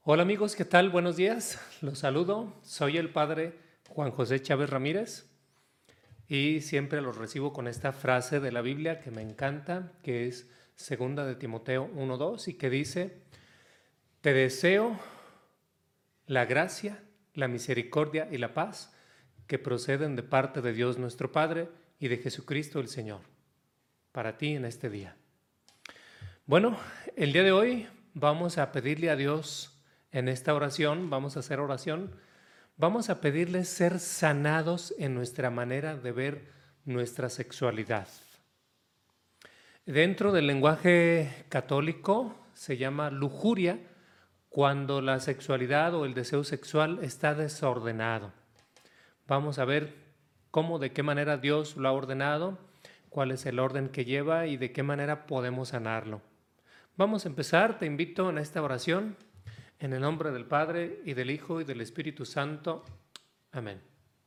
Hola amigos, ¿qué tal? Buenos días. Los saludo. Soy el padre Juan José Chávez Ramírez y siempre los recibo con esta frase de la Biblia que me encanta, que es segunda de Timoteo 1:2 y que dice: Te deseo la gracia, la misericordia y la paz que proceden de parte de Dios nuestro Padre y de Jesucristo el Señor, para ti en este día. Bueno, el día de hoy vamos a pedirle a Dios en esta oración, vamos a hacer oración, vamos a pedirle ser sanados en nuestra manera de ver nuestra sexualidad. Dentro del lenguaje católico se llama lujuria cuando la sexualidad o el deseo sexual está desordenado. Vamos a ver cómo, de qué manera Dios lo ha ordenado, cuál es el orden que lleva y de qué manera podemos sanarlo. Vamos a empezar, te invito en esta oración, en el nombre del Padre y del Hijo y del Espíritu Santo. Amén.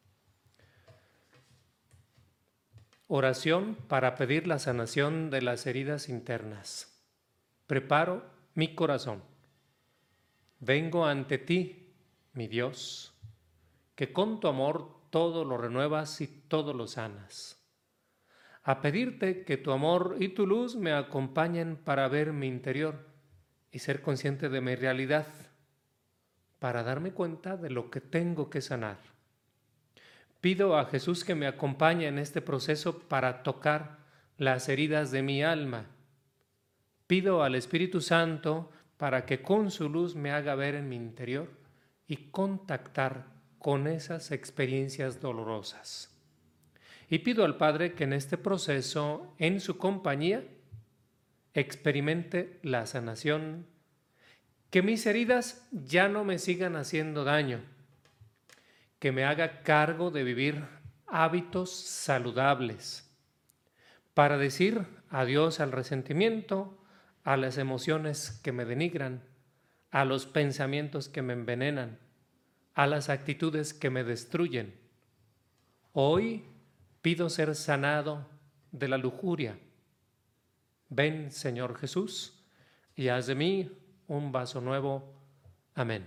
Oración para pedir la sanación de las heridas internas. Preparo mi corazón. Vengo ante ti, mi Dios, que con tu amor todo lo renuevas y todo lo sanas. A pedirte que tu amor y tu luz me acompañen para ver mi interior y ser consciente de mi realidad, para darme cuenta de lo que tengo que sanar. Pido a Jesús que me acompañe en este proceso para tocar las heridas de mi alma. Pido al Espíritu Santo para que con su luz me haga ver en mi interior y contactar con esas experiencias dolorosas. Y pido al Padre que en este proceso, en su compañía, experimente la sanación, que mis heridas ya no me sigan haciendo daño, que me haga cargo de vivir hábitos saludables, para decir adiós al resentimiento, a las emociones que me denigran, a los pensamientos que me envenenan, a las actitudes que me destruyen. Hoy pido ser sanado de la lujuria. Ven, Señor Jesús, y haz de mí un vaso nuevo. Amén.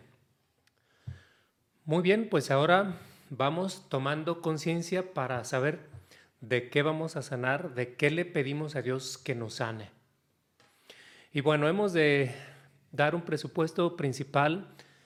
Muy bien, pues ahora vamos tomando conciencia para saber de qué vamos a sanar, de qué le pedimos a Dios que nos sane. Y bueno, hemos de dar un presupuesto principal.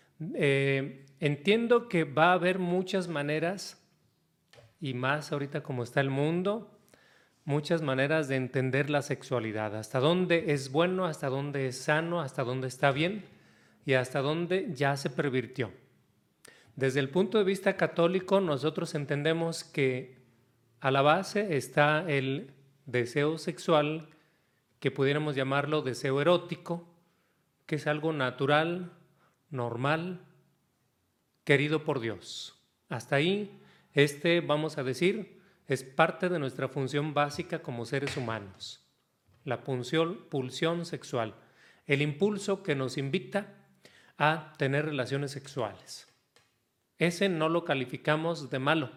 Entiendo que va a haber muchas maneras, y más ahorita como está el mundo, muchas maneras de entender la sexualidad, hasta dónde es bueno, hasta dónde es sano, hasta dónde está bien y hasta dónde ya se pervirtió. Desde el punto de vista católico, nosotros entendemos que a la base está el deseo sexual, que pudiéramos llamarlo deseo erótico, que es algo natural, normal, querido por Dios. Hasta ahí, vamos a decir, es parte de nuestra función básica como seres humanos. La pulsión sexual, el impulso que nos invita a tener relaciones sexuales. Ese no lo calificamos de malo.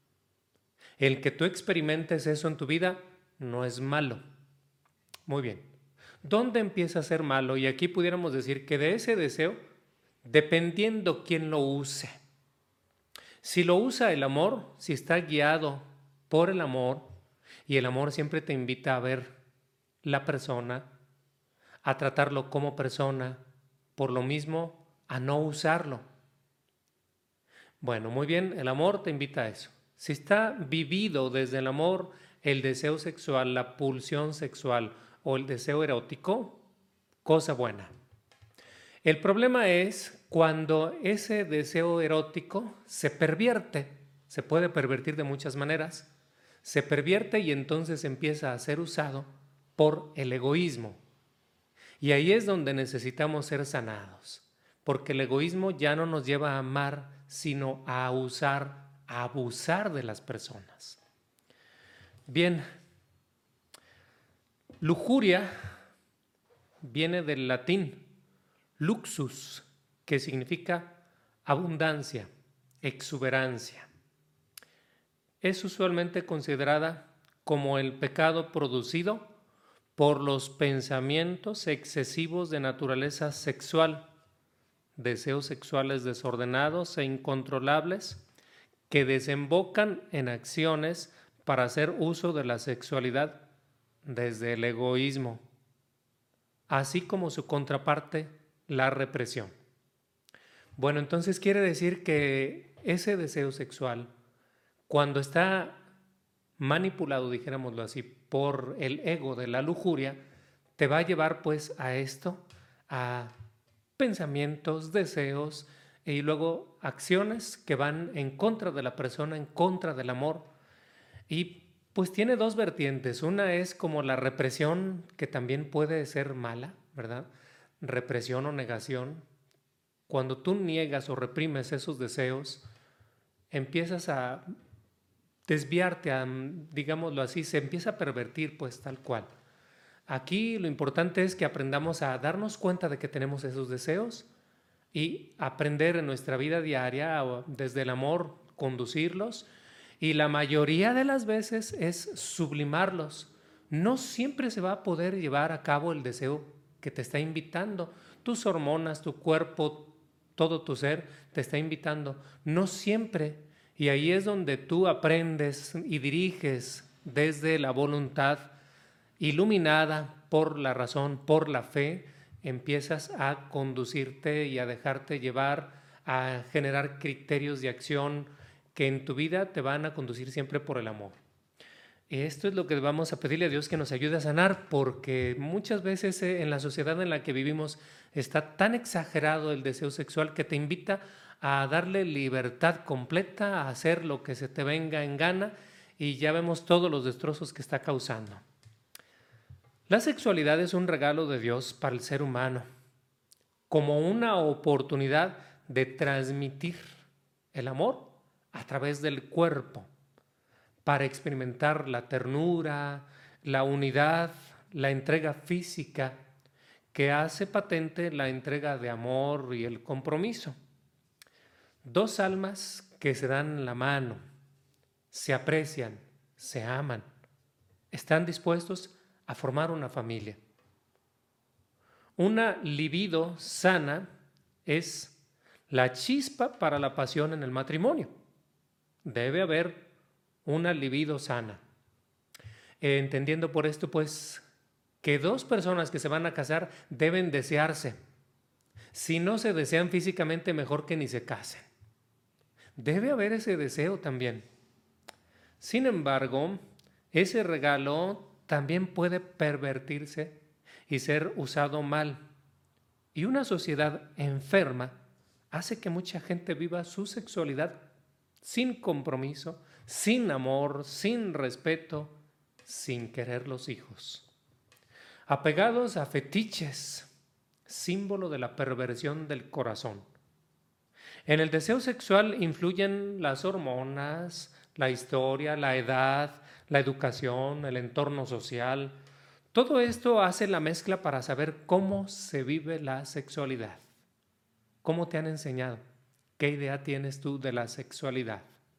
El que tú experimentes eso en tu vida no es malo. Muy bien. ¿Dónde empieza a ser malo? Y aquí pudiéramos decir que de ese deseo, dependiendo quién lo use. Si lo usa el amor, si está guiado por el amor, y el amor siempre te invita a ver la persona, a tratarlo como persona, por lo mismo a no usarlo. Bueno, muy bien, el amor te invita a eso. Si está vivido desde el amor, el deseo sexual, la pulsión sexual o el deseo erótico, cosa buena. El problema es cuando ese deseo erótico se pervierte, se puede pervertir de muchas maneras, se pervierte y entonces empieza a ser usado por el egoísmo. Y ahí es donde necesitamos ser sanados, porque el egoísmo ya no nos lleva a amar, sino a usar, a abusar de las personas. Bien, lujuria viene del latín luxus, que significa abundancia, exuberancia. Es usualmente considerada como el pecado producido por los pensamientos excesivos de naturaleza sexual, deseos sexuales desordenados e incontrolables que desembocan en acciones para hacer uso de la sexualidad desde el egoísmo, así como su contraparte, la represión. Bueno, entonces quiere decir que ese deseo sexual, cuando está manipulado, dijéramoslo así, por el ego de la lujuria, te va a llevar pues a esto, a pensamientos, deseos y luego acciones que van en contra de la persona, en contra del amor. Y pues tiene dos vertientes. Una es como la represión, que también puede ser mala, ¿verdad? Represión o negación. Cuando tú niegas o reprimes esos deseos, empiezas a desviarte, digámoslo así, se empieza a pervertir pues tal cual. Aquí lo importante es que aprendamos a darnos cuenta de que tenemos esos deseos y aprender en nuestra vida diaria, desde el amor, conducirlos, y la mayoría de las veces es sublimarlos. No siempre se va a poder llevar a cabo el deseo que te está invitando. Tus hormonas, tu cuerpo, todo tu ser te está invitando. No siempre. Y ahí es donde tú aprendes y diriges desde la voluntad iluminada por la razón, por la fe, empiezas a conducirte y a dejarte llevar, a generar criterios de acción que en tu vida te van a conducir siempre por el amor. Esto es lo que vamos a pedirle a Dios, que nos ayude a sanar, porque muchas veces en la sociedad en la que vivimos está tan exagerado el deseo sexual que te invita a darle libertad completa, a hacer lo que se te venga en gana, y ya vemos todos los destrozos que está causando. La sexualidad es un regalo de Dios para el ser humano, como una oportunidad de transmitir el amor a través del cuerpo, para experimentar la ternura, la unidad, la entrega física, que hace patente la entrega de amor y el compromiso. Dos almas que se dan la mano, se aprecian, se aman, están dispuestos a formar una familia. Una libido sana es la chispa para la pasión en el matrimonio. Debe haber una libido sana. Entendiendo por esto, pues, que dos personas que se van a casar deben desearse. Si no se desean físicamente, mejor que ni se casen. Debe haber ese deseo también. Sin embargo, ese regalo también puede pervertirse y ser usado mal. Y una sociedad enferma hace que mucha gente viva su sexualidad sin compromiso, sin amor, sin respeto, sin querer los hijos. Apegados a fetiches, símbolo de la perversión del corazón. En el deseo sexual influyen las hormonas, la historia, la edad, la educación, el entorno social. Todo esto hace la mezcla para saber cómo se vive la sexualidad. ¿Cómo te han enseñado? ¿Qué idea tienes tú de la sexualidad?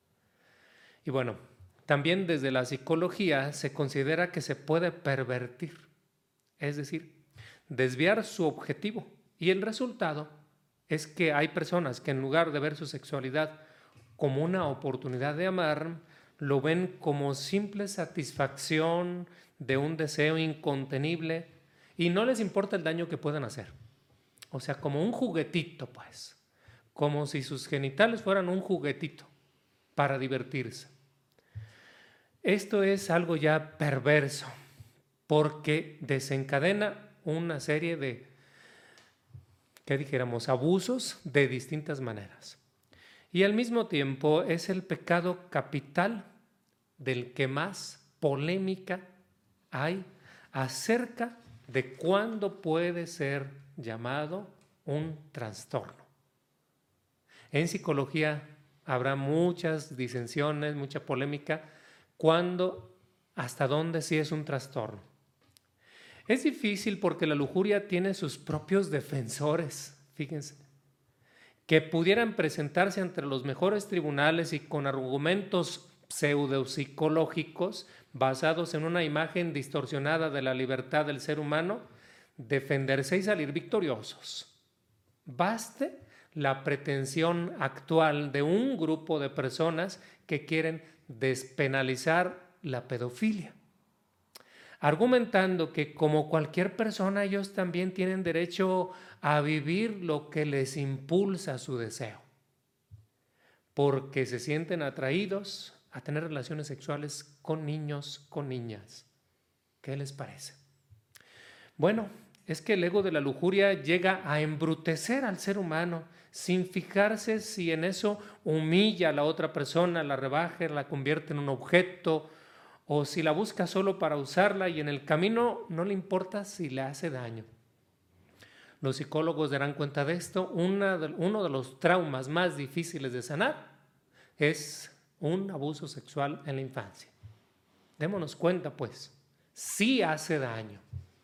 Y bueno, también desde la psicología se considera que se puede pervertir, es decir, desviar su objetivo. Y el resultado es que hay personas que en lugar de ver su sexualidad como una oportunidad de amar, lo ven como simple satisfacción de un deseo incontenible y no les importa el daño que puedan hacer. O sea, como un juguetito, pues, como si sus genitales fueran un juguetito para divertirse. Esto es algo ya perverso, porque desencadena una serie de, ¿qué dijéramos?, abusos de distintas maneras. Y al mismo tiempo es el pecado capital del que más polémica hay acerca de cuándo puede ser llamado un trastorno. En psicología habrá muchas disensiones, mucha polémica, cuándo, hasta dónde sí es un trastorno. Es difícil porque la lujuria tiene sus propios defensores, fíjense, que pudieran presentarse ante los mejores tribunales y con argumentos pseudopsicológicos basados en una imagen distorsionada de la libertad del ser humano, defenderse y salir victoriosos. Baste la pretensión actual de un grupo de personas que quieren despenalizar la pedofilia, argumentando que como cualquier persona ellos también tienen derecho a vivir lo que les impulsa su deseo, porque se sienten atraídos a tener relaciones sexuales con niños, con niñas. ¿Qué les parece? Bueno, es que el ego de la lujuria llega a embrutecer al ser humano sin fijarse si en eso humilla a la otra persona, la rebaja, la convierte en un objeto, o si la busca solo para usarla y en el camino no le importa si le hace daño. Los psicólogos darán cuenta de esto. Uno de los traumas más difíciles de sanar es un abuso sexual en la infancia. Démonos cuenta, pues, sí hace daño.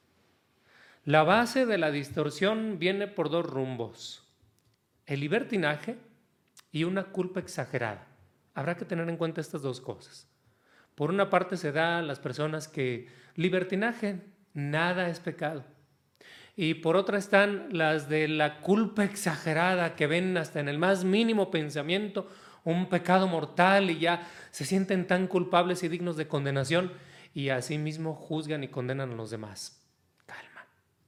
La base de la distorsión viene por dos rumbos: el libertinaje y una culpa exagerada. Habrá que tener en cuenta estas dos cosas. Por una parte se da a las personas que libertinaje, nada es pecado. Y por otra están las de la culpa exagerada, que ven hasta en el más mínimo pensamiento un pecado mortal y ya se sienten tan culpables y dignos de condenación y asimismo juzgan y condenan a los demás. Calma.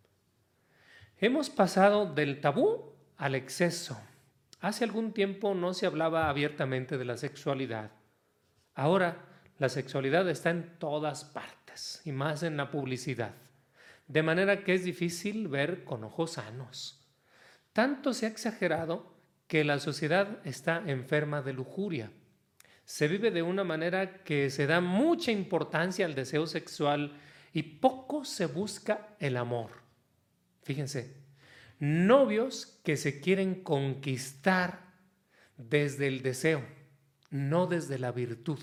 Hemos pasado del tabú al exceso. Hace algún tiempo no se hablaba abiertamente de la sexualidad. Ahora la sexualidad está en todas partes y más en la publicidad, de manera que es difícil ver con ojos sanos. Tanto se ha exagerado que la sociedad está enferma de lujuria. Se vive de una manera que se da mucha importancia al deseo sexual y poco se busca el amor. Fíjense, novios que se quieren conquistar desde el deseo, no desde la virtud.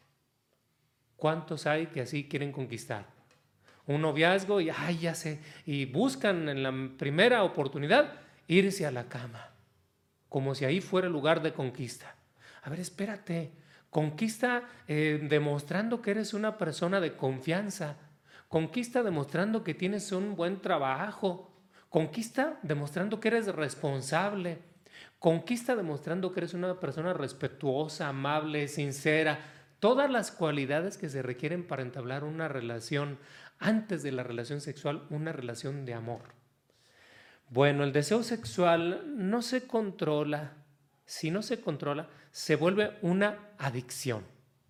¿Cuántos hay que así quieren conquistar? Un noviazgo y ay, ya sé, y buscan en la primera oportunidad irse a la cama, como si ahí fuera el lugar de conquista. A ver, espérate, conquista demostrando que eres una persona de confianza, conquista demostrando que tienes un buen trabajo, conquista demostrando que eres responsable, conquista demostrando que eres una persona respetuosa, amable, sincera. Todas las cualidades que se requieren para entablar una relación antes de la relación sexual, una relación de amor. Bueno, el deseo sexual no se controla. Si no se controla, se vuelve una adicción.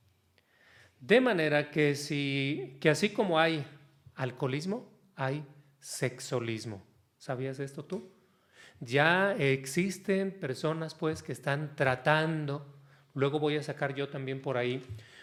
De manera que así como hay alcoholismo, hay sexolismo. ¿Sabías esto tú? Ya existen personas pues que están tratando. Luego voy a sacar yo también por ahí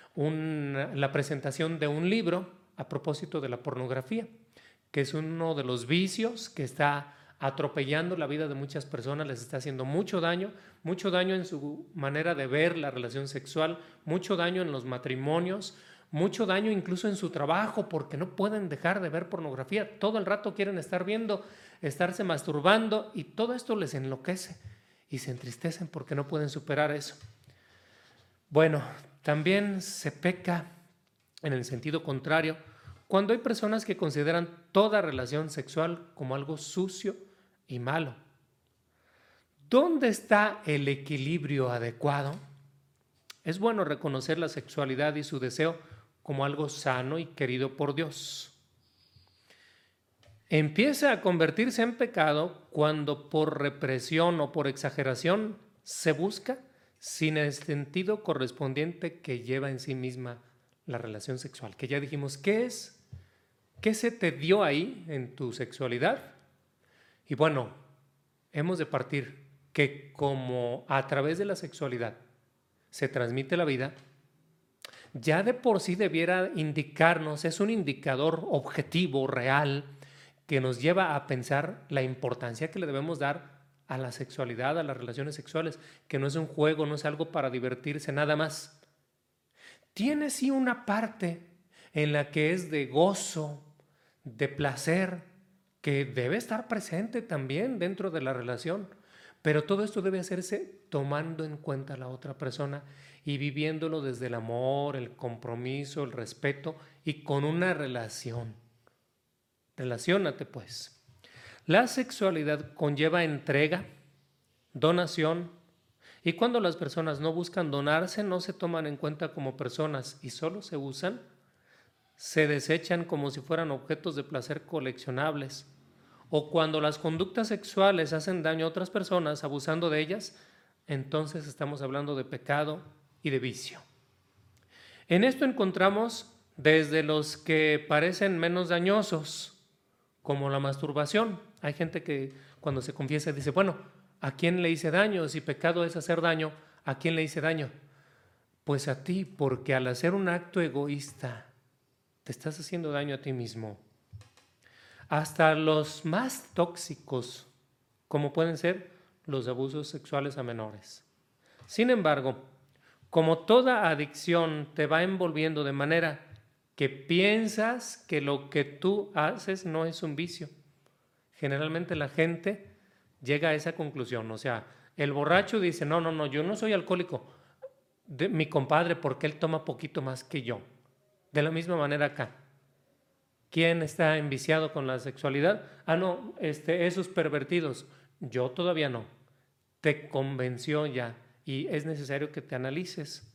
la presentación de un libro a propósito de la pornografía, que es uno de los vicios que está atropellando la vida de muchas personas, les está haciendo mucho daño en su manera de ver la relación sexual, mucho daño en los matrimonios, mucho daño incluso en su trabajo, porque no pueden dejar de ver pornografía, todo el rato quieren estar viendo, estarse masturbando y todo esto les enloquece y se entristecen porque no pueden superar eso. Bueno, también se peca en el sentido contrario cuando hay personas que consideran toda relación sexual como algo sucio y malo. ¿Dónde está el equilibrio adecuado? Es bueno reconocer la sexualidad y su deseo como algo sano y querido por Dios. Empieza a convertirse en pecado cuando por represión o por exageración se busca sin el sentido correspondiente que lleva en sí misma la relación sexual, que ya dijimos, ¿qué es? ¿Qué se te dio ahí en tu sexualidad? Y bueno, hemos de partir que como a través de la sexualidad se transmite la vida, ya de por sí debiera indicarnos, es un indicador objetivo, real, que nos lleva a pensar la importancia que le debemos dar a la sexualidad, a las relaciones sexuales, que no es un juego, no es algo para divertirse nada más. Tiene sí una parte en la que es de gozo, de placer, que debe estar presente también dentro de la relación, pero todo esto debe hacerse tomando en cuenta a la otra persona y viviéndolo desde el amor, el compromiso, el respeto y con una relación. Relaciónate pues. La sexualidad conlleva entrega, donación, y cuando las personas no buscan donarse, no se toman en cuenta como personas y solo se usan, se desechan como si fueran objetos de placer coleccionables. O cuando las conductas sexuales hacen daño a otras personas abusando de ellas, entonces estamos hablando de pecado y de vicio. En esto encontramos desde los que parecen menos dañosos, como la masturbación. Hay gente que cuando se confiesa dice, bueno, ¿a quién le hice daño? Si pecado es hacer daño, ¿a quién le hice daño? Pues a ti, porque al hacer un acto egoísta, te estás haciendo daño a ti mismo. Hasta los más tóxicos, como pueden ser los abusos sexuales a menores. Sin embargo, como toda adicción te va envolviendo de manera que piensas que lo que tú haces no es un vicio. Generalmente la gente llega a esa conclusión. O sea, el borracho dice, no, yo no soy alcohólico. Mi compadre, porque él toma poquito más que yo. De la misma manera acá. ¿Quién está enviciado con la sexualidad? No, esos pervertidos. Yo todavía no. Te convenció ya y es necesario que te analices.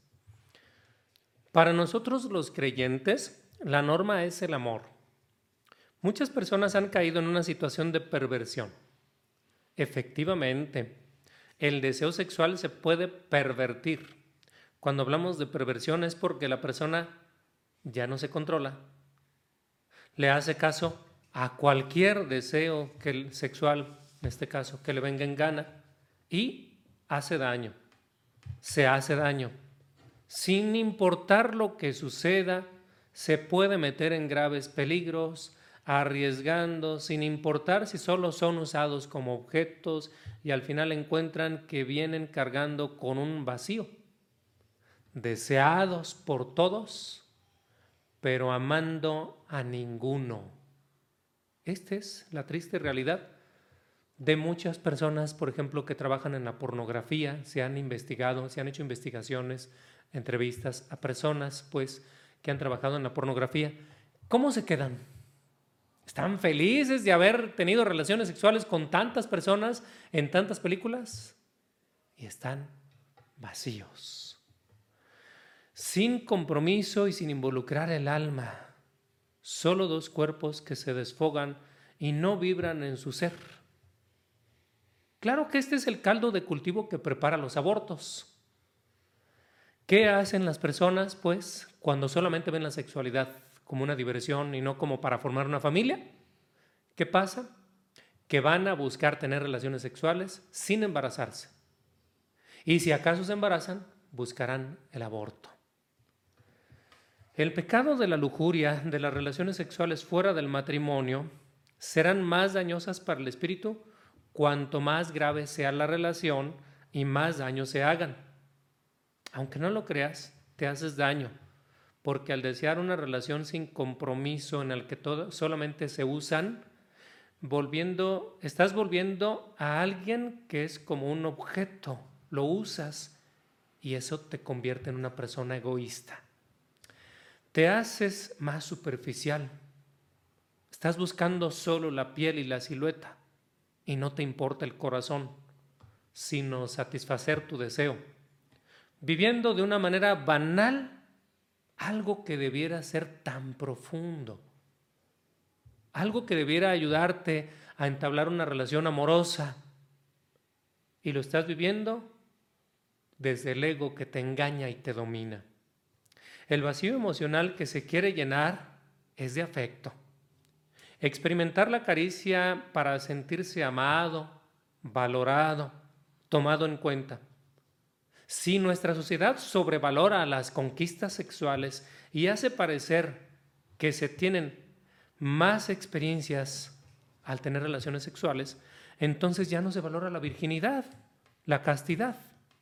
Para nosotros los creyentes, la norma es el amor. Muchas personas han caído en una situación de perversión. Efectivamente, el deseo sexual se puede pervertir. Cuando hablamos de perversión es porque la persona ya no se controla. Le hace caso a cualquier deseo sexual, en este caso, que le venga en gana, y hace daño, se hace daño. Sin importar lo que suceda, se puede meter en graves peligros, arriesgando, sin importar si solo son usados como objetos y al final encuentran que vienen cargando con un vacío, deseados por todos, pero amando a ninguno. Esta es la triste realidad de muchas personas, por ejemplo, que trabajan en la pornografía. Se han investigado, se han hecho investigaciones, entrevistas a personas, pues, que han trabajado en la pornografía. ¿Cómo se quedan? ¿Están felices de haber tenido relaciones sexuales con tantas personas en tantas películas? Y están vacíos, sin compromiso y sin involucrar el alma. Solo dos cuerpos que se desfogan y no vibran en su ser. Claro que este es el caldo de cultivo que prepara los abortos. ¿Qué hacen las personas, pues, cuando solamente ven la sexualidad como una diversión y no como para formar una familia? ¿Qué pasa? Que van a buscar tener relaciones sexuales sin embarazarse. Y si acaso se embarazan, buscarán el aborto. El pecado de la lujuria, de las relaciones sexuales fuera del matrimonio, serán más dañosas para el espíritu cuanto más grave sea la relación y más daño se hagan. Aunque no lo creas, te haces daño, porque al desear una relación sin compromiso en el que solamente se usan, estás volviendo a alguien que es como un objeto, lo usas y eso te convierte en una persona egoísta. Te haces más superficial, estás buscando solo la piel y la silueta y no te importa el corazón, sino satisfacer tu deseo, viviendo de una manera banal algo que debiera ser tan profundo, algo que debiera ayudarte a entablar una relación amorosa, y lo estás viviendo desde el ego que te engaña y te domina. El vacío emocional que se quiere llenar es de afecto. Experimentar la caricia para sentirse amado, valorado, tomado en cuenta. Si nuestra sociedad sobrevalora las conquistas sexuales y hace parecer que se tienen más experiencias al tener relaciones sexuales, entonces ya no se valora la virginidad, la castidad.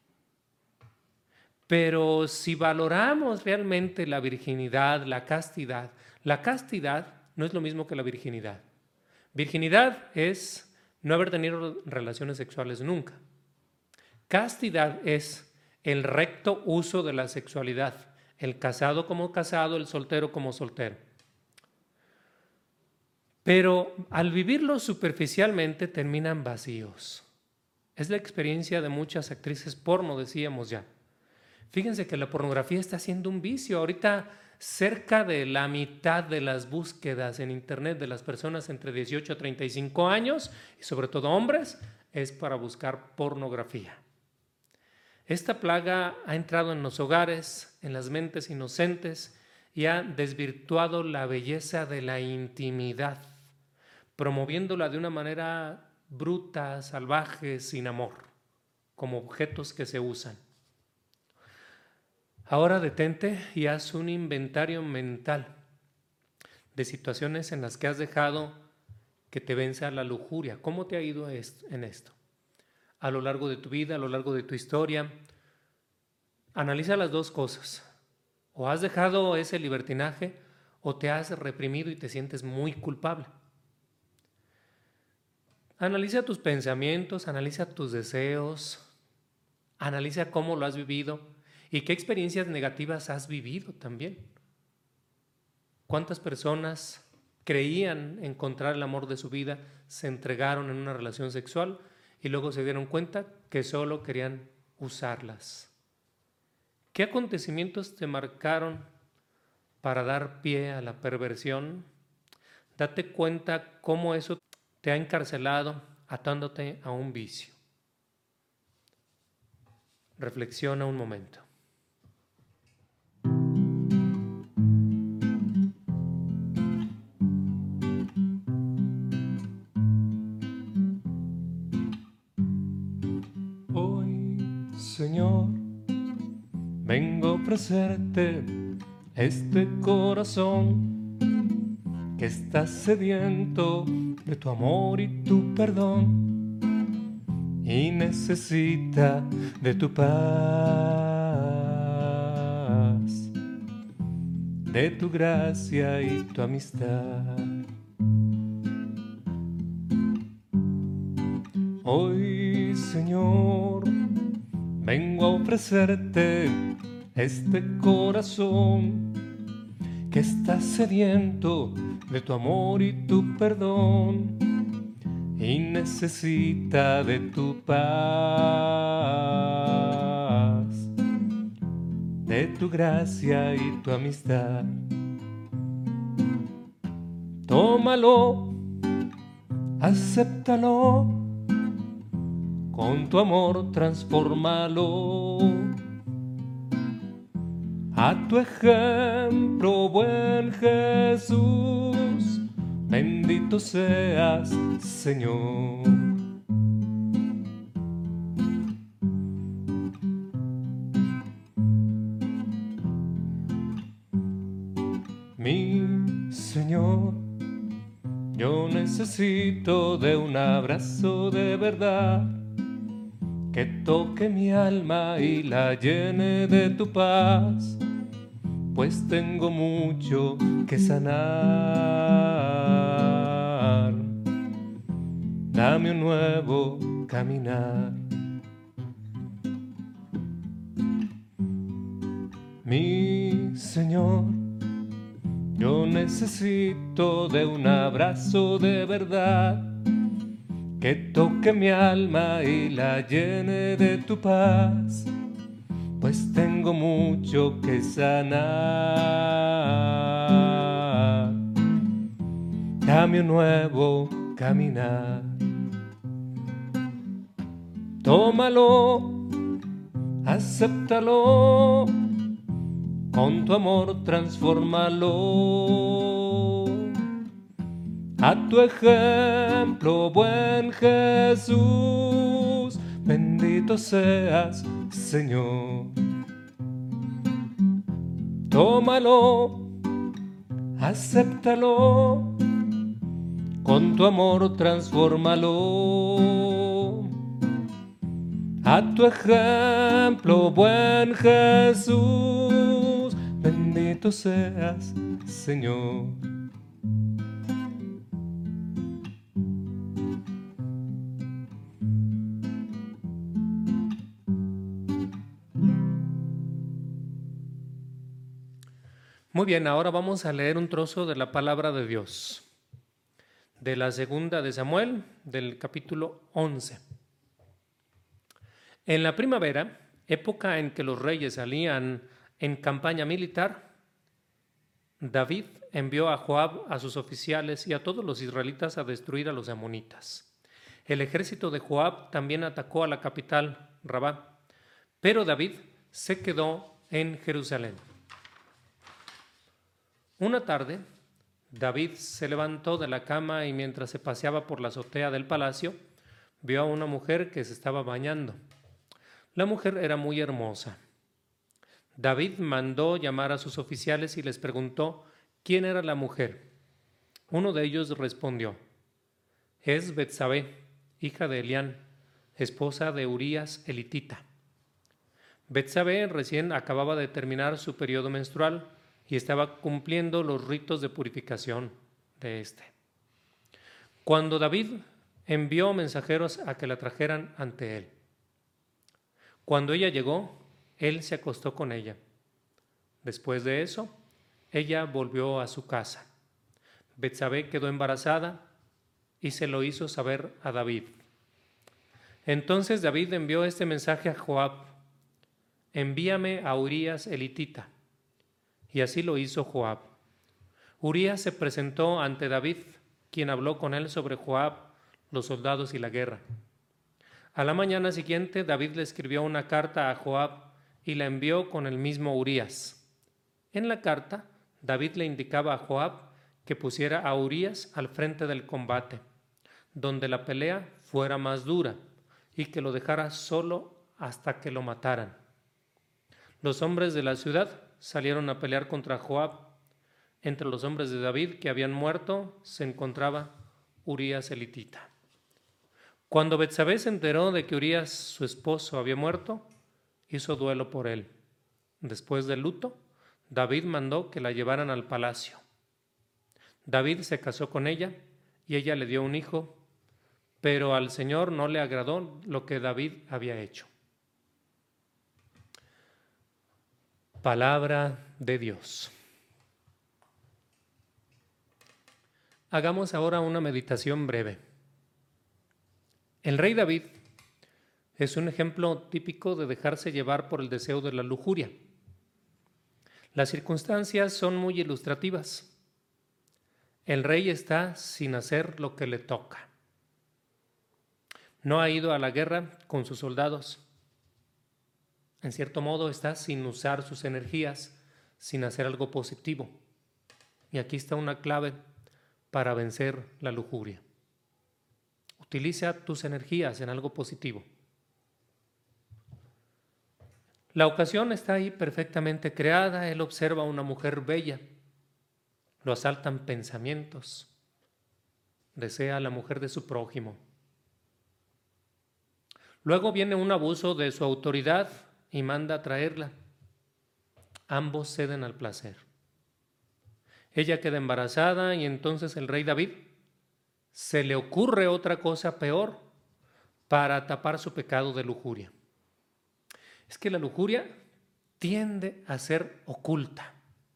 Pero si valoramos realmente la virginidad, la castidad no es lo mismo que la virginidad. Virginidad es no haber tenido relaciones sexuales nunca. Castidad es el recto uso de la sexualidad, el casado como casado, el soltero como soltero. Pero al vivirlo superficialmente terminan vacíos. Es la experiencia de muchas actrices porno, decíamos ya. Fíjense que la pornografía está siendo un vicio. Ahorita cerca de la mitad de las búsquedas en internet de las personas entre 18 a 35 años, y sobre todo hombres, es para buscar pornografía. Esta plaga ha entrado en los hogares, en las mentes inocentes y ha desvirtuado la belleza de la intimidad, promoviéndola de una manera bruta, salvaje, sin amor, como objetos que se usan. Ahora detente y haz un inventario mental de situaciones en las que has dejado que te venza la lujuria. ¿Cómo te ha ido en esto? A lo largo de tu vida, a lo largo de tu historia. Analiza las dos cosas. O has dejado ese libertinaje o te has reprimido y te sientes muy culpable. Analiza tus pensamientos, analiza tus deseos, analiza cómo lo has vivido y qué experiencias negativas has vivido también. ¿Cuántas personas creían encontrar el amor de su vida, se entregaron en una relación sexual y luego se dieron cuenta que solo querían usarlas? ¿Qué acontecimientos te marcaron para dar pie a la perversión? Date cuenta cómo eso te ha encarcelado, atándote a un vicio. Reflexiona un momento. Hoy, Señor, vengo a ofrecerte este corazón que está sediento de tu amor y tu perdón y necesita de tu paz, de tu gracia y tu amistad. Hoy, Señor, vengo a ofrecerte este corazón que está sediento de tu amor y tu perdón y necesita de tu paz, de tu gracia y tu amistad. Tómalo, acéptalo, con tu amor transfórmalo. A tu ejemplo, buen Jesús, bendito seas, Señor. Mi Señor, yo necesito de un abrazo de verdad que toque mi alma y la llene de tu paz, pues tengo mucho que sanar. Dame un nuevo caminar. Mi Señor, yo necesito de un abrazo de verdad que toque mi alma y la llene de tu paz, pues tengo mucho que sanar. Dame un nuevo caminar. Tómalo, acéptalo, con tu amor transfórmalo. A tu ejemplo, buen Jesús, bendito seas, Señor. Tómalo, acéptalo, con tu amor transfórmalo. A tu ejemplo, buen Jesús, bendito seas, Señor. Muy bien, ahora vamos a leer un trozo de la palabra de Dios. de la segunda de Samuel, del capítulo 11. En la primavera, época en que los reyes salían en campaña militar, David envió a Joab, a sus oficiales y a todos los israelitas a destruir a los amonitas. El ejército de Joab también atacó a la capital, Rabá, pero David se quedó en Jerusalén. Una tarde, David se levantó de la cama y mientras se paseaba por la azotea del palacio, vio a una mujer que se estaba bañando. La mujer era muy hermosa. David mandó llamar a sus oficiales y les preguntó quién era la mujer. Uno de ellos respondió: es Betsabé, hija de Elián, esposa de Urías elitita. Betsabé recién acababa de terminar su periodo menstrual y estaba cumpliendo los ritos de purificación de este. Cuando David envió mensajeros a que la trajeran ante él. Cuando ella llegó, él se acostó con ella. Después de eso, ella volvió a su casa. Betsabé quedó embarazada y se lo hizo saber a David. Entonces David envió este mensaje a Joab: envíame a Urías elitita. Y así lo hizo Joab. Urías se presentó ante David, quien habló con él sobre Joab, los soldados y la guerra. A la mañana siguiente, David le escribió una carta a Joab y la envió con el mismo Urías. En la carta, David le indicaba a Joab que pusiera a Urías al frente del combate, donde la pelea fuera más dura, y que lo dejara solo hasta que lo mataran. Los hombres de la ciudad salieron a pelear contra Joab. Entre los hombres de David que habían muerto se encontraba Urías elitita. Cuando Betsabé se enteró de que Urías, su esposo, había muerto, hizo duelo por él. Después del luto, David mandó que la llevaran al palacio. David se casó con ella y ella le dio un hijo, pero al Señor no le agradó lo que David había hecho. Palabra de Dios. Hagamos ahora una meditación breve. El rey David es un ejemplo típico de dejarse llevar por el deseo de la lujuria. Las circunstancias son muy ilustrativas. El rey está sin hacer lo que le toca. No ha ido a la guerra con sus soldados. En cierto modo está sin usar sus energías, sin hacer algo positivo. Y aquí está una clave para vencer la lujuria. Utiliza tus energías en algo positivo. La ocasión está ahí perfectamente creada. Él observa a una mujer bella. Lo asaltan pensamientos. Desea a la mujer de su prójimo. Luego viene un abuso de su autoridad y manda a traerla. Ambos ceden al placer. Ella queda embarazada y entonces el rey David se le ocurre otra cosa peor para tapar su pecado de lujuria. Es que la lujuria tiende a ser oculta.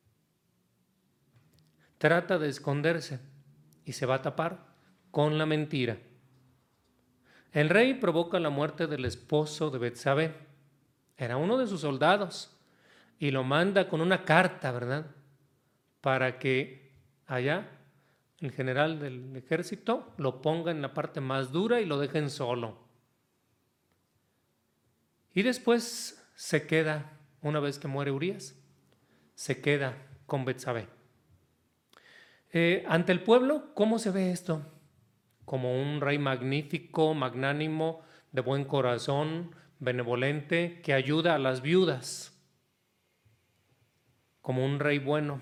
Trata de esconderse y se va a tapar con la mentira. El rey provoca la muerte del esposo de Betsabé. Era uno de sus soldados y lo manda con una carta, ¿verdad? Para que allá el general del ejército lo ponga en la parte más dura y lo dejen solo. Y después se queda, una vez que muere Urías, se queda con Betsabé. Ante el pueblo, ¿cómo se ve esto? Como un rey magnífico, magnánimo, de buen corazón, benevolente, que ayuda a las viudas. Como un rey bueno.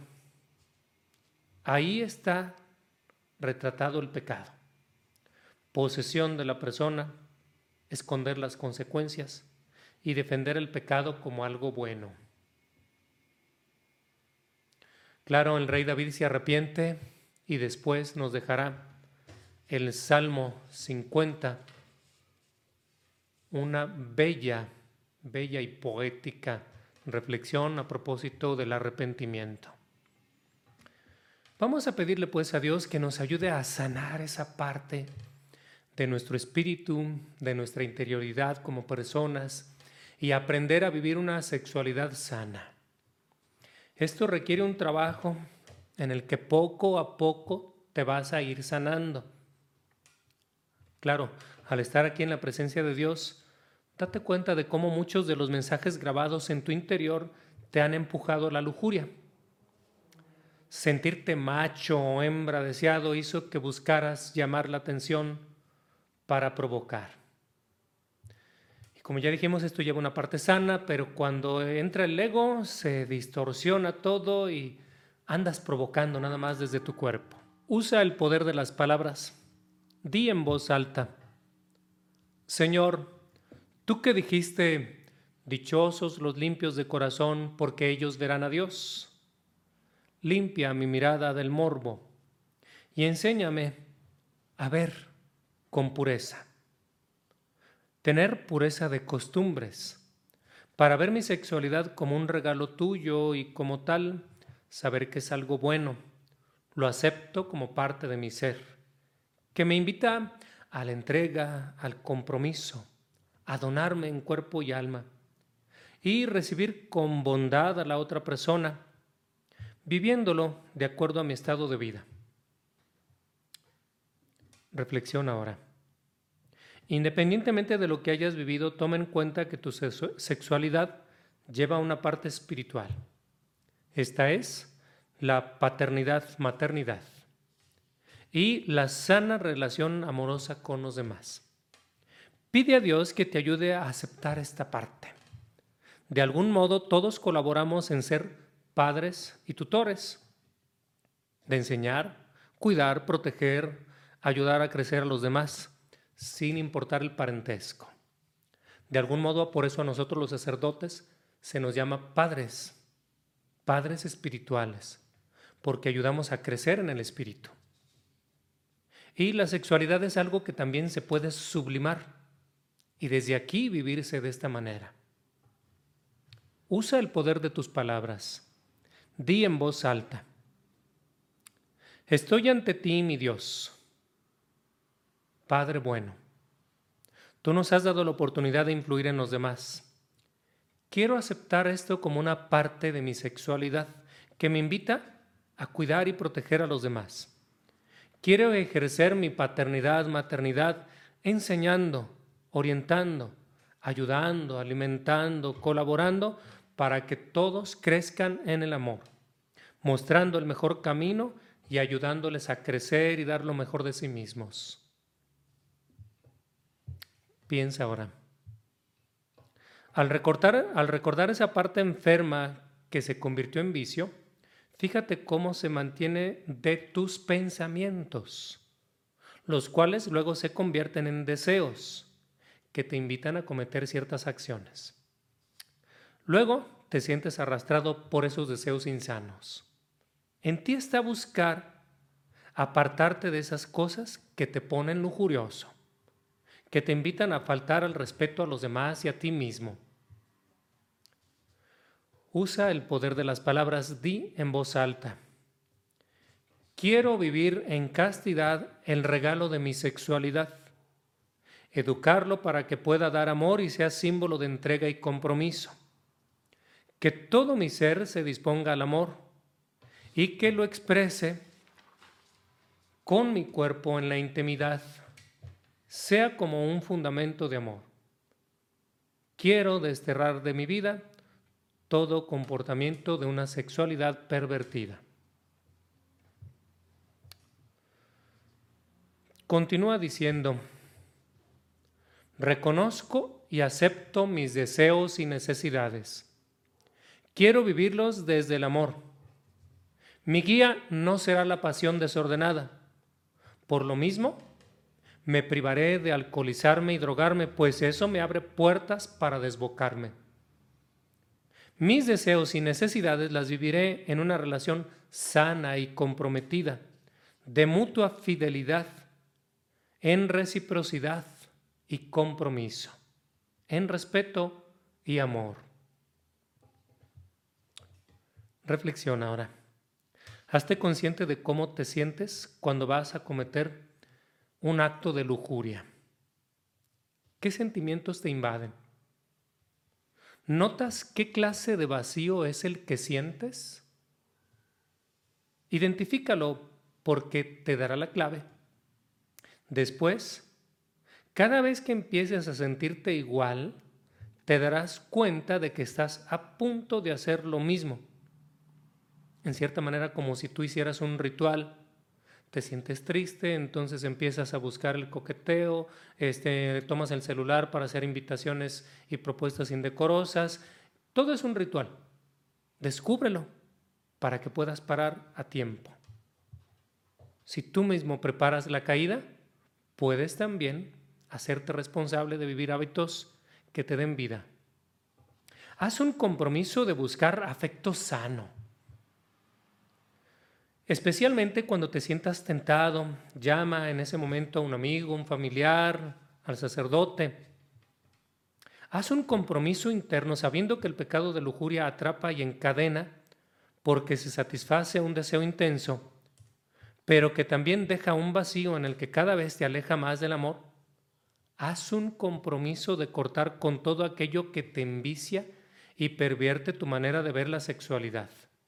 Ahí está retratado el pecado. Posesión de la persona, esconder las consecuencias y defender el pecado como algo bueno. Claro, el rey David se arrepiente y después nos dejará el Salmo 50, una bella y poética reflexión a propósito del arrepentimiento. Vamos a pedirle pues a Dios que nos ayude a sanar esa parte de nuestro espíritu, de nuestra interioridad como personas y aprender a vivir una sexualidad sana. Esto requiere un trabajo en el que poco a poco te vas a ir sanando. Claro, al estar aquí en la presencia de Dios, date cuenta de cómo muchos de los mensajes grabados en tu interior te han empujado a la lujuria. Sentirte macho o hembra deseado hizo que buscaras llamar la atención para provocar. Y como ya dijimos, esto lleva una parte sana, pero cuando entra el ego se distorsiona todo y andas provocando nada más desde tu cuerpo. Usa el poder de las palabras. Di en voz alta: Señor, tú que dijiste, dichosos los limpios de corazón, porque ellos verán a Dios. Limpia mi mirada del morbo y enséñame a ver con pureza. Tener pureza de costumbres, para ver mi sexualidad como un regalo tuyo y como tal, saber que es algo bueno. Lo acepto como parte de mi ser, que me invita a la entrega, al compromiso, a donarme en cuerpo y alma y recibir con bondad a la otra persona, viviéndolo de acuerdo a mi estado de vida. Reflexiona ahora. Independientemente de lo que hayas vivido, toma en cuenta que tu sexualidad lleva una parte espiritual. Esta es la paternidad-maternidad y la sana relación amorosa con los demás. Pide a Dios que te ayude a aceptar esta parte. De algún modo, todos colaboramos en ser padres y tutores, de enseñar, cuidar, proteger, ayudar a crecer a los demás, sin importar el parentesco. De algún modo, por eso a nosotros los sacerdotes se nos llama padres, padres espirituales, porque ayudamos a crecer en el espíritu. Y la sexualidad es algo que también se puede sublimar y desde aquí vivirse de esta manera. Usa el poder de tus palabras. Di en voz alta: estoy ante ti, mi Dios, Padre bueno. Tú nos has dado la oportunidad de influir en los demás. Quiero aceptar esto como una parte de mi sexualidad que me invita a cuidar y proteger a los demás. Quiero ejercer mi paternidad, maternidad, enseñando, orientando, ayudando, alimentando, colaborando para que todos crezcan en el amor, mostrando el mejor camino y ayudándoles a crecer y dar lo mejor de sí mismos. Piensa ahora. Al recordar esa parte enferma que se convirtió en vicio, fíjate cómo se mantiene de tus pensamientos, los cuales luego se convierten en deseos que te invitan a cometer ciertas acciones. Luego te sientes arrastrado por esos deseos insanos. En ti está buscar apartarte de esas cosas que te ponen lujurioso, que te invitan a faltar al respeto a los demás y a ti mismo. Usa el poder de las palabras, di en voz alta: quiero vivir en castidad el regalo de mi sexualidad, educarlo para que pueda dar amor y sea símbolo de entrega y compromiso, que todo mi ser se disponga al amor y que lo exprese con mi cuerpo en la intimidad, sea como un fundamento de amor. Quiero desterrar de mi vida todo comportamiento de una sexualidad pervertida. Continúa diciendo: reconozco y acepto mis deseos y necesidades. Quiero vivirlos desde el amor. Mi guía no será la pasión desordenada. Por lo mismo, me privaré de alcoholizarme y drogarme, pues eso me abre puertas para desbocarme. Mis deseos y necesidades las viviré en una relación sana y comprometida, de mutua fidelidad, en reciprocidad y compromiso, en respeto y amor. Reflexiona ahora. Hazte consciente de cómo te sientes cuando vas a cometer un acto de lujuria. ¿Qué sentimientos te invaden? ¿Notas qué clase de vacío es el que sientes? Identifícalo porque te dará la clave. Después, cada vez que empieces a sentirte igual, te darás cuenta de que estás a punto de hacer lo mismo. En cierta manera, como si tú hicieras un ritual. Te sientes triste, entonces empiezas a buscar el coqueteo, tomas el celular para hacer invitaciones y propuestas indecorosas. Todo es un ritual. Descúbrelo para que puedas parar a tiempo. Si tú mismo preparas la caída, puedes también hacerte responsable de vivir hábitos que te den vida. Haz un compromiso de buscar afecto sano. Especialmente cuando te sientas tentado, llama en ese momento a un amigo, un familiar, al sacerdote. Haz un compromiso interno sabiendo que el pecado de lujuria atrapa y encadena porque se satisface un deseo intenso, pero que también deja un vacío en el que cada vez te aleja más del amor. Haz un compromiso de cortar con todo aquello que te envicia y pervierte tu manera de ver la sexualidad.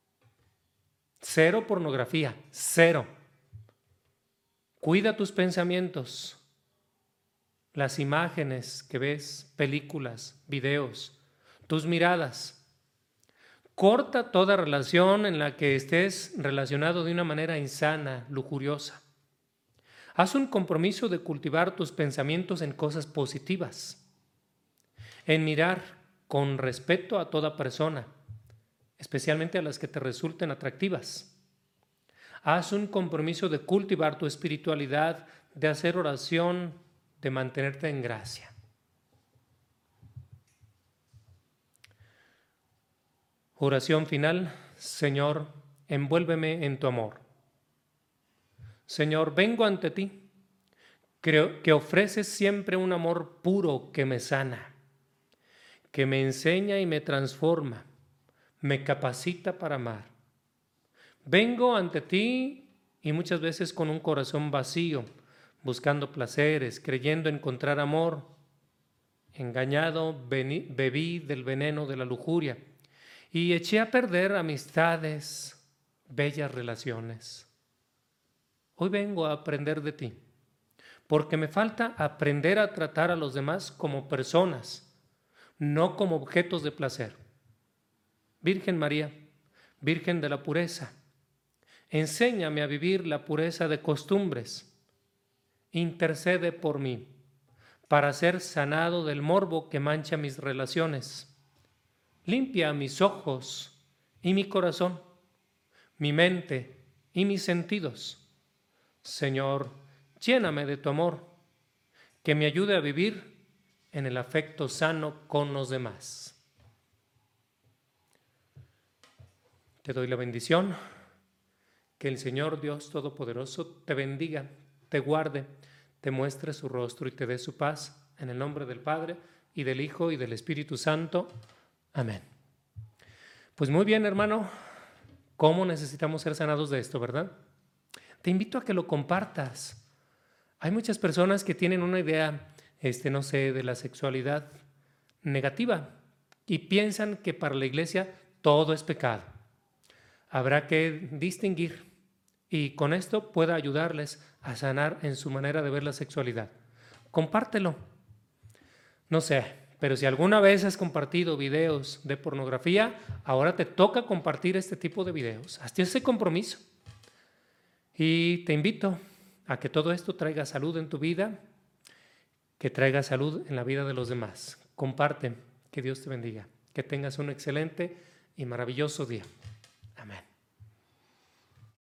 0 pornografía, 0. Cuida tus pensamientos, las imágenes que ves, películas, videos, tus miradas. Corta toda relación en la que estés relacionado de una manera insana, lujuriosa. Haz un compromiso de cultivar tus pensamientos en cosas positivas, en mirar con respeto a toda persona, especialmente a las que te resulten atractivas. Haz un compromiso de cultivar tu espiritualidad, de hacer oración, de mantenerte en gracia. Oración final. Señor, envuélveme en tu amor. Señor, vengo ante ti, creo que ofreces siempre un amor puro que me sana, que me enseña y me transforma, me capacita para amar. Vengo ante ti y muchas veces con un corazón vacío, buscando placeres, creyendo encontrar amor. Engañado, bebí del veneno de la lujuria y eché a perder amistades, bellas relaciones. Hoy vengo a aprender de ti, porque me falta aprender a tratar a los demás como personas, no como objetos de placer. Virgen María, Virgen de la pureza, enséñame a vivir la pureza de costumbres. Intercede por mí para ser sanado del morbo que mancha mis relaciones. Limpia mis ojos y mi corazón, mi mente y mis sentidos. Señor, lléname de tu amor, que me ayude a vivir en el afecto sano con los demás. Te doy la bendición, que el Señor Dios Todopoderoso te bendiga, te guarde, te muestre su rostro y te dé su paz, en el nombre del Padre, y del Hijo, y del Espíritu Santo. Amén. Pues muy bien, hermano, ¿cómo necesitamos ser sanados de esto, verdad? Te invito a que lo compartas. Hay muchas personas que tienen una idea, no sé, de la sexualidad negativa y piensan que para la iglesia todo es pecado. Habrá que distinguir y con esto pueda ayudarles a sanar en su manera de ver la sexualidad. Compártelo. No sé, pero si alguna vez has compartido videos de pornografía, ahora te toca compartir este tipo de videos. Hazte ese compromiso. Y te invito a que todo esto traiga salud en tu vida, que traiga salud en la vida de los demás. Comparte. Que Dios te bendiga. Que tengas un excelente y maravilloso día.